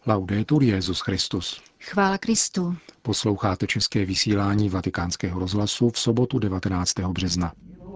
Laudetur Jesus Christus. Chvála Kristu. Posloucháte české vysílání Vatikánského rozhlasu v sobotu 19. března.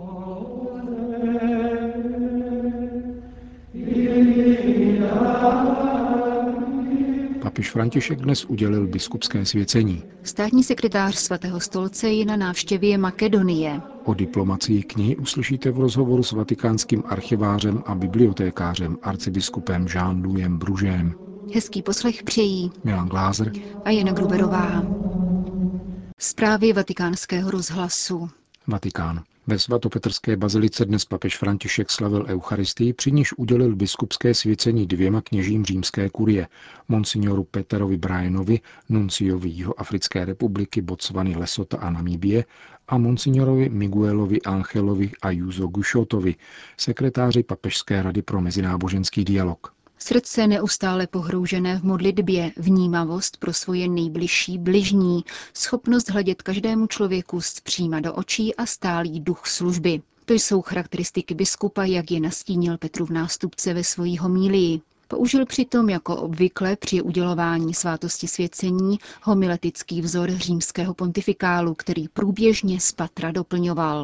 Papež František dnes udělil biskupské svěcení. Státní sekretář Svatého stolce je na návštěvě Makedonie. O diplomacii knihy uslyšíte v rozhovoru s vatikánským archivářem a bibliotékářem arcibiskupem Jean-Louisem Bružem. Hezký poslech přejí Milan Glázer a Jana Gruberová. Zprávy Vatikánského rozhlasu. Vatikán. Ve svatopetrské bazilice dnes papež František slavil Eucharistii, při níž udělil biskupské svěcení dvěma kněžím římské kurie, monsignoru Peterovi Brianovi, nunciovi Jihoafrické republiky, Botswany, Lesota a Namíbie, a monsignorovi Miguelovi Angelovi Ayuso Gushotovi, sekretáři Papežské rady pro mezináboženský dialog. Srdce neustále pohroužené v modlitbě, vnímavost pro svoje nejbližší bližní, schopnost hledět každému člověku zpříma do očí a stálý duch služby. To jsou charakteristiky biskupa, jak je nastínil Petrův nástupce ve svojí homílii. Použil přitom jako obvykle při udělování svátosti svěcení homiletický vzor římského pontifikálu, který průběžně z patra doplňoval.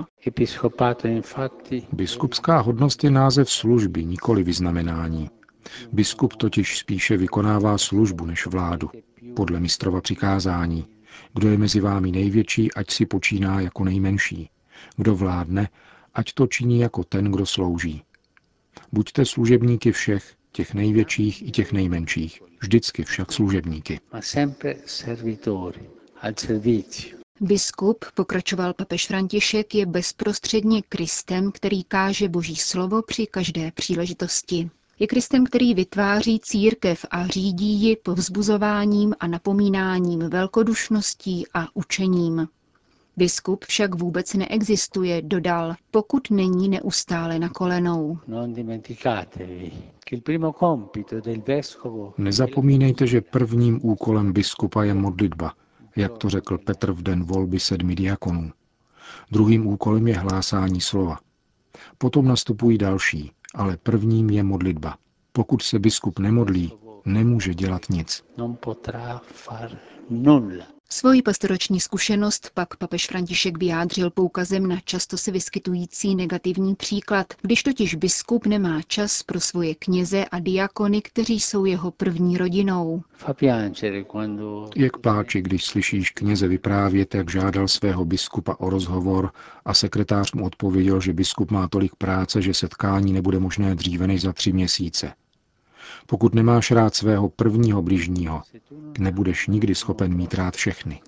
Biskupská hodnost je název služby, nikoli vyznamenání. Biskup totiž spíše vykonává službu než vládu, podle mistrova přikázání. Kdo je mezi vámi největší, ať si počíná jako nejmenší. Kdo vládne, ať to činí jako ten, kdo slouží. Buďte služebníky všech, těch největších i těch nejmenších. Vždycky však služebníky. Biskup, pokračoval papež František, je bezprostředně Kristem, který káže Boží slovo při každé příležitosti. Je Kristem, který vytváří církev a řídí ji povzbuzováním a napomínáním, velkodušností a učením. Biskup však vůbec neexistuje, dodal, pokud není neustále na kolenou. Nezapomínejte, že prvním úkolem biskupa je modlitba, jak to řekl Petr v den volby 7 diakonů. Druhým úkolem je hlásání slova. Potom nastupují další, ale prvním je modlitba. Pokud se biskup nemodlí, nemůže dělat nic. Svoji pastorační zkušenost pak papež František vyjádřil poukazem na často se vyskytující negativní příklad, když totiž biskup nemá čas pro svoje kněze a diakony, kteří jsou jeho první rodinou. Je k pláči, když slyšíš kněze vyprávět, jak žádal svého biskupa o rozhovor a sekretář mu odpověděl, že biskup má tolik práce, že setkání nebude možné dříve než za 3 měsíce. Pokud nemáš rád svého prvního bližního, nebudeš nikdy schopen mít rád všechny.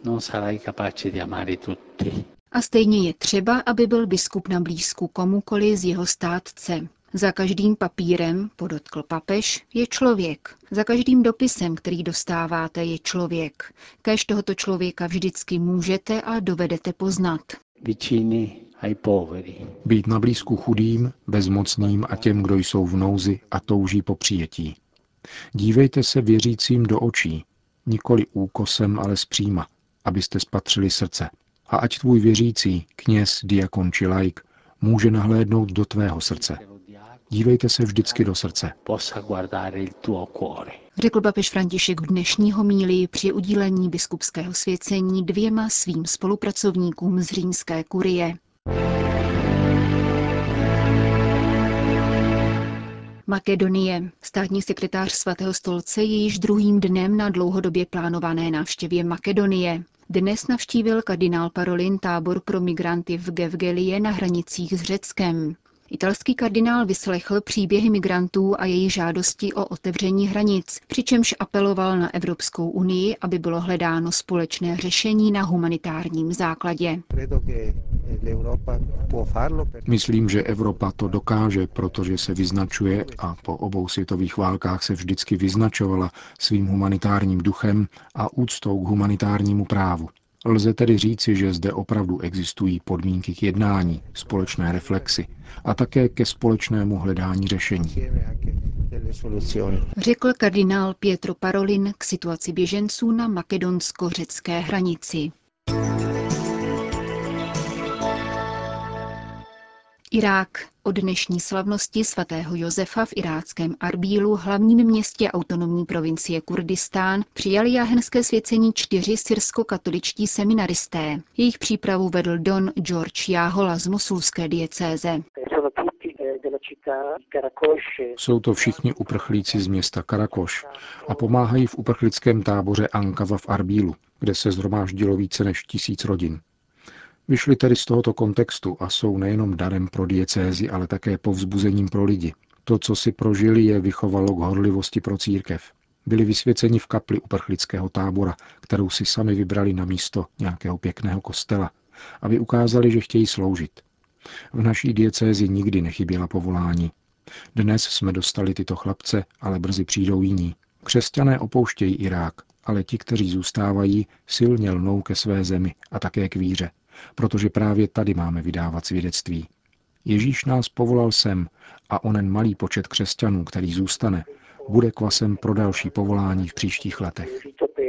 A stejně je třeba, aby byl biskup na blízku komukoli z jeho státce. Za každým papírem, podotkl papež, je člověk. Za každým dopisem, který dostáváte, je člověk. Kéž tohoto člověka vždycky můžete a dovedete poznat. Být na blízku chudým, bezmocným a těm, kdo jsou v nouzi a touží po přijetí. Dívejte se věřícím do očí, nikoli úkosem, ale zpříma, abyste spatřili srdce. A ať tvůj věřící, kněz, diakon či laik, může nahlédnout do tvého srdce. Dívejte se vždycky do srdce. Řekl papež František v dnešní homílii při udílení biskupského svěcení 2 svým spolupracovníkům z římské kurie. Makedonie. Státní sekretář Svatého stolce je již druhým dnem na dlouhodobě plánované návštěvě Makedonie. Dnes navštívil kardinál Parolin tábor pro migranty v Gevgelie na hranicích s Řeckem. Italský kardinál vyslechl příběhy migrantů a jejich žádosti o otevření hranic, přičemž apeloval na Evropskou unii, aby bylo hledáno společné řešení na humanitárním základě. Myslím, že Evropa to dokáže, protože se vyznačuje a po obou světových válkách se vždycky vyznačovala svým humanitárním duchem a úctou k humanitárnímu právu. Lze tedy říci, že zde opravdu existují podmínky k jednání, společné reflexy a také ke společnému hledání řešení. Řekl kardinál Pietro Parolin k situaci běženců na makedonsko-řecké hranici. Irák. O dnešní slavnosti svatého Josefa v iráckém Arbílu, hlavním městě autonomní provincie Kurdistán, přijali jáhenské svěcení 4 syrsko-katoličtí seminaristé. Jejich přípravu vedl don George Jáhola z mosulské diecéze. Jsou to všichni uprchlíci z města Karakoš a pomáhají v uprchlickém táboře Ankava v Arbílu, kde se shromáždilo více než 1000 rodin. Vyšli tedy z tohoto kontextu a jsou nejenom darem pro diecézi, ale také povzbuzením pro lidi. To, co si prožili, je vychovalo k horlivosti pro církev. Byli vysvěceni v kapli uprchlického tábora, kterou si sami vybrali na místo nějakého pěkného kostela, aby ukázali, že chtějí sloužit. V naší diecézi nikdy nechyběla povolání. Dnes jsme dostali tyto chlapce, ale brzy přijdou jiní. Křesťané opouštějí Irák, ale ti, kteří zůstávají, silně lnou ke své zemi a také k víře, protože právě tady máme vydávat svědectví. Ježíš nás povolal sem a onen malý počet křesťanů, který zůstane, bude kvasem pro další povolání v příštích letech.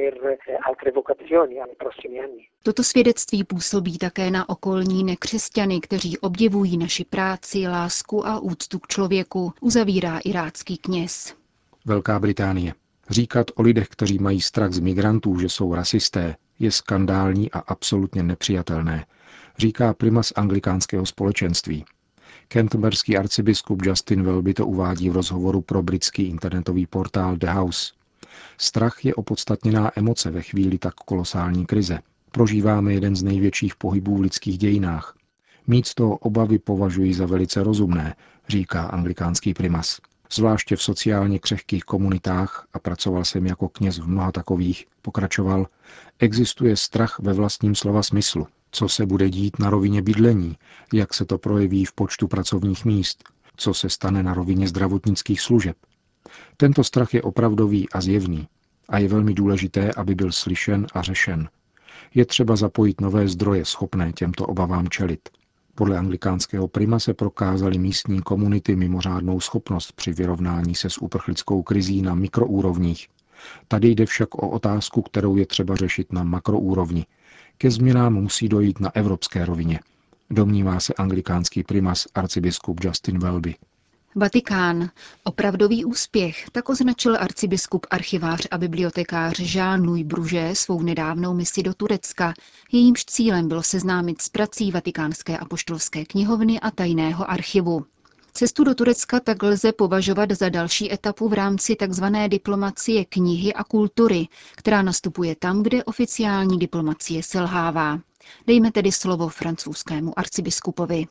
Toto svědectví působí také na okolní nekřesťany, kteří obdivují naši práci, lásku a úctu k člověku, uzavírá irácký kněz. Velká Británie. Říkat o lidech, kteří mají strach z migrantů, že jsou rasisté, je skandální a absolutně nepřijatelné, říká primas anglikánského společenství. Canterburyský arcibiskup Justin Welby to uvádí v rozhovoru pro britský internetový portál The House. Strach je opodstatněná emoce ve chvíli tak kolosální krize. Prožíváme jeden z největších pohybů v lidských dějinách. Mít z toho obavy považuji za velice rozumné, říká anglikánský primas. Zvláště v sociálně křehkých komunitách, a pracoval jsem jako kněz v mnoha takových, pokračoval, existuje strach ve vlastním slova smyslu. Co se bude dít na rovině bydlení, jak se to projeví v počtu pracovních míst, co se stane na rovině zdravotnických služeb. Tento strach je opravdový a zjevný a je velmi důležité, aby byl slyšen a řešen. Je třeba zapojit nové zdroje schopné těmto obavám čelit. Podle anglikánského prima se prokázaly místní komunity mimořádnou schopnost při vyrovnání se s uprchlickou krizí na mikroúrovních. Tady jde však o otázku, kterou je třeba řešit na makroúrovni. Ke změnám musí dojít na evropské rovině, domnívá se anglikánský primas arcibiskup Justin Welby. Vatikán. Opravdový úspěch, tak označil arcibiskup, archivář a bibliotekář Jean-Louis Bruget svou nedávnou misi do Turecka. Jejímž cílem bylo seznámit s prací Vatikánské apoštolské knihovny a tajného archivu. Cestu do Turecka tak lze považovat za další etapu v rámci tzv. Diplomacie knihy a kultury, která nastupuje tam, kde oficiální diplomacie selhává. Dejme tedy slovo francouzskému arcibiskupovi.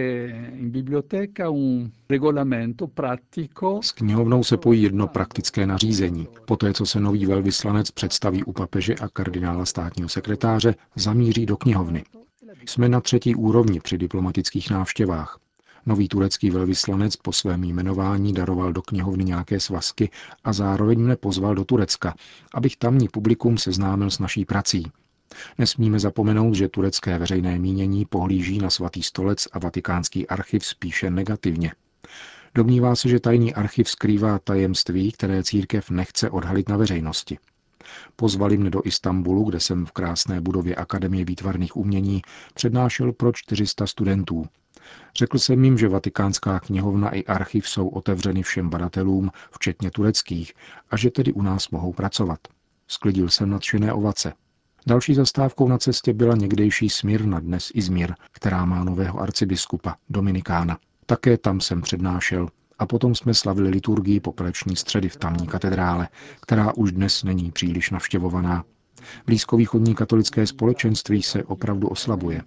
S knihovnou se pojí jedno praktické nařízení. Poté, co se nový velvyslanec představí u papeže a kardinála státního sekretáře, zamíří do knihovny. Jsme na 3. úrovni při diplomatických návštěvách. Nový turecký velvyslanec po svém jmenování daroval do knihovny nějaké svazky a zároveň mne pozval do Turecka, abych tamní publikum seznámil s naší prací. Nesmíme zapomenout, že turecké veřejné mínění pohlíží na Svatý stolec a Vatikánský archiv spíše negativně. Domnívá se, že tajný archiv skrývá tajemství, které církev nechce odhalit na veřejnosti. Pozvali mne do Istanbulu, kde jsem v krásné budově Akademie výtvarných umění přednášel pro 400 studentů. Řekl jsem jim, že Vatikánská knihovna i archiv jsou otevřeny všem badatelům, včetně tureckých, a že tedy u nás mohou pracovat. Sklidil jsem nadšené ovace. Další zastávkou na cestě byla někdejší Smyrna, dnes Izmir, která má nového arcibiskupa, Dominikána. Také tam jsem přednášel a potom jsme slavili liturgii popeleční středy v tamní katedrále, která už dnes není příliš navštěvovaná. Blízkovýchodní katolické společenství se opravdu oslabuje.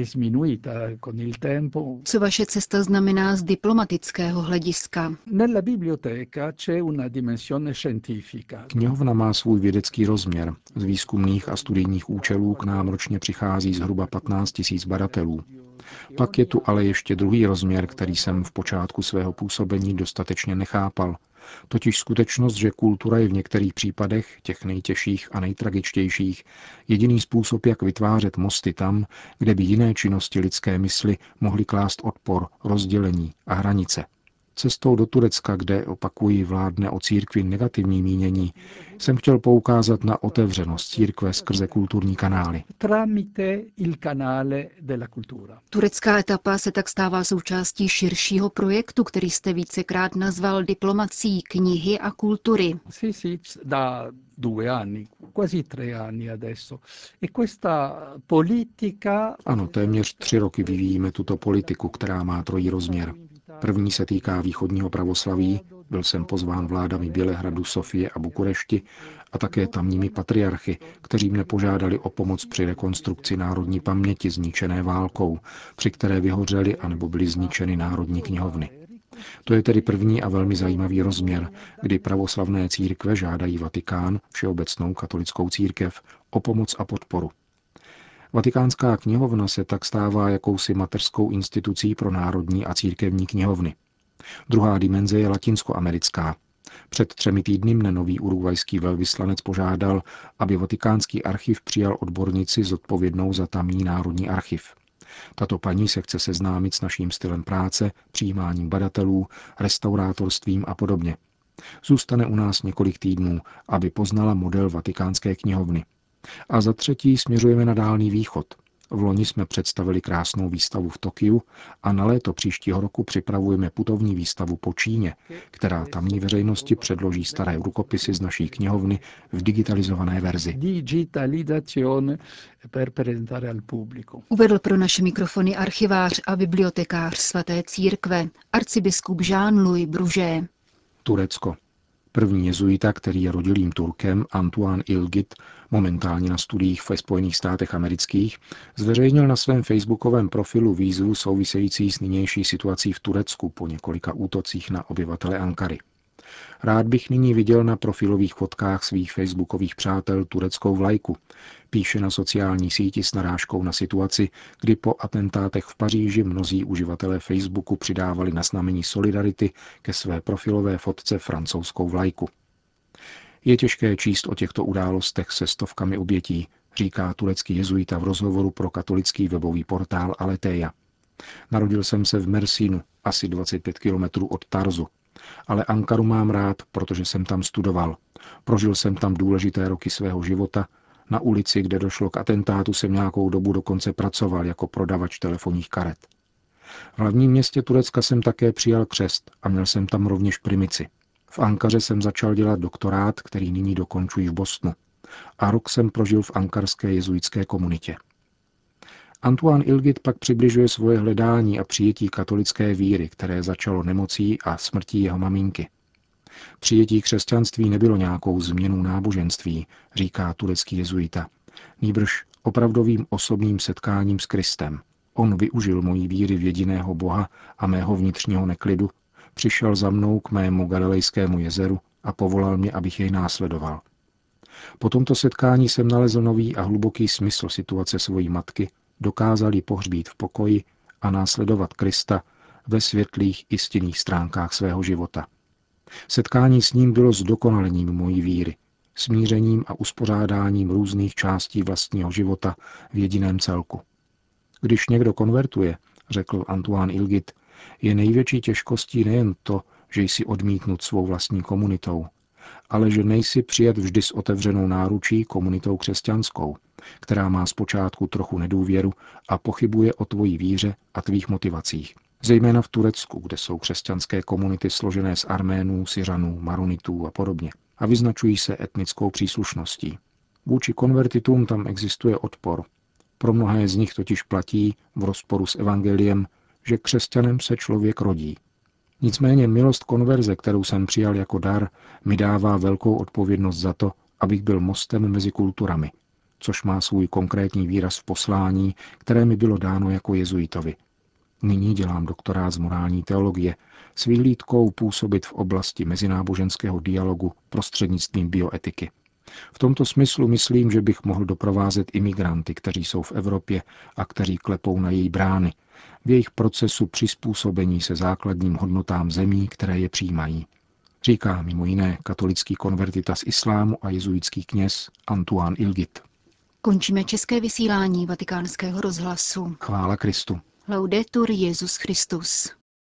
Co vaše cesta znamená z diplomatického hlediska? Knihovna má svůj vědecký rozměr. Z výzkumných a studijních účelů k nám ročně přichází zhruba 15 000 badatelů. Pak je tu ale ještě druhý rozměr, který jsem v počátku svého působení dostatečně nechápal. Totiž skutečnost, že kultura je v některých případech, těch nejtěžších a nejtragičtějších, jediný způsob, jak vytvářet mosty tam, kde by jiné činnosti lidské mysli mohly klást odpor, rozdělení a hranice. Cestou do Turecka, kde, opakuji, vládne o církvi negativní mínění, jsem chtěl poukázat na otevřenost církve skrze kulturní kanály. Turecká etapa se tak stává součástí širšího projektu, který jste vícekrát nazval diplomacií knihy a kultury. Ano, téměř 3 roky vyvíjíme tuto politiku, která má trojí rozměr. První se týká východního pravoslaví, byl jsem pozván vládami Bělehradu, Sofie a Bukurešti a také tamními patriarchy, kteří mne požádali o pomoc při rekonstrukci národní paměti zničené válkou, při které vyhořely anebo byly zničeny národní knihovny. To je tedy první a velmi zajímavý rozměr, kdy pravoslavné církve žádají Vatikán, všeobecnou katolickou církev, o pomoc a podporu. Vatikánská knihovna se tak stává jakousi mateřskou institucí pro národní a církevní knihovny. Druhá dimenze je latinskoamerická. Před 3 týdny mne nový urugvajský velvyslanec požádal, aby Vatikánský archiv přijal odbornici zodpovědnou za tamní národní archiv. Tato paní se chce seznámit s naším stylem práce, přijímáním badatelů, restaurátorstvím a podobně. Zůstane u nás několik týdnů, aby poznala model Vatikánské knihovny. A za třetí směřujeme na Dálný východ. V loni jsme představili krásnou výstavu v Tokiu a na léto příštího roku připravujeme putovní výstavu po Číně, která tamní veřejnosti předloží staré rukopisy z naší knihovny v digitalizované verzi. Uvedl pro naše mikrofony archivář a bibliotekář svaté církve, arcibiskup Jean-Louis Bruget. Turecko. První jezuita, který je rodilým Turkem, Antoine Ilgit, momentálně na studiích ve Spojených státech amerických, zveřejnil na svém facebookovém profilu výzvu související s nynější situací v Turecku po několika útocích na obyvatele Ankary. Rád bych nyní viděl na profilových fotkách svých facebookových přátel tureckou vlajku, píše na sociální síti s narážkou na situaci, kdy po atentátech v Paříži mnozí uživatelé Facebooku přidávali na znamení solidarity ke své profilové fotce francouzskou vlajku. Je těžké číst o těchto událostech se stovkami obětí, říká turecký jezuita v rozhovoru pro katolický webový portál Aletheia. Narodil jsem se v Mersinu, asi 25 kilometrů od Tarzu. Ale Ankaru mám rád, protože jsem tam studoval. Prožil jsem tam důležité roky svého života. Na ulici, kde došlo k atentátu, jsem nějakou dobu dokonce pracoval jako prodavač telefonních karet. V hlavním městě Turecka jsem také přijal křest a měl jsem tam rovněž primici. V Ankaře jsem začal dělat doktorát, který nyní dokončuji v Bostonu. A rok jsem prožil v ankarské jezuitské komunitě. Antoine Ilgit pak přibližuje svoje hledání a přijetí katolické víry, které začalo nemocí a smrtí jeho maminky. Přijetí křesťanství nebylo nějakou změnou náboženství, říká turecký jezuita, nýbrž opravdovým osobním setkáním s Kristem. On využil mojí víry v jediného Boha a mého vnitřního neklidu, přišel za mnou k mému Galilejskému jezeru a povolal mě, abych jej následoval. Po tomto setkání jsem nalezl nový a hluboký smysl situace svojí matky, dokázal ji pohřbít v pokoji a následovat Krista ve světlých i stinných stránkách svého života. Setkání s ním bylo zdokonalením mojí víry, smířením a uspořádáním různých částí vlastního života v jediném celku. Když někdo konvertuje, řekl Antoine Ilgit, je největší těžkostí nejen to, že jsi odmítnut svou vlastní komunitou, ale že nejsi přijat vždy s otevřenou náručí komunitou křesťanskou, která má zpočátku trochu nedůvěru a pochybuje o tvojí víře a tvých motivacích. Zejména v Turecku, kde jsou křesťanské komunity složené z Arménů, Syřanů, Maronitů a podobně a vyznačují se etnickou příslušností. Vůči konvertitům tam existuje odpor. Pro mnohé z nich totiž platí, v rozporu s evangeliem, že křesťanem se člověk rodí. Nicméně milost konverze, kterou jsem přijal jako dar, mi dává velkou odpovědnost za to, abych byl mostem mezi kulturami, což má svůj konkrétní výraz v poslání, které mi bylo dáno jako jezuitovi. Nyní dělám doktorát z morální teologie s vyhlídkou působit v oblasti mezináboženského dialogu prostřednictvím bioetiky. V tomto smyslu myslím, že bych mohl doprovázet imigranty, kteří jsou v Evropě a kteří klepou na její brány, v jejich procesu přizpůsobení se základním hodnotám zemí, které je přijímají. Říká mimo jiné katolický konvertita z islámu a jezuitský kněz Antoine Ilgit. Končíme české vysílání Vatikánského rozhlasu. Chvála Kristu. Laudetur Jesus Christus.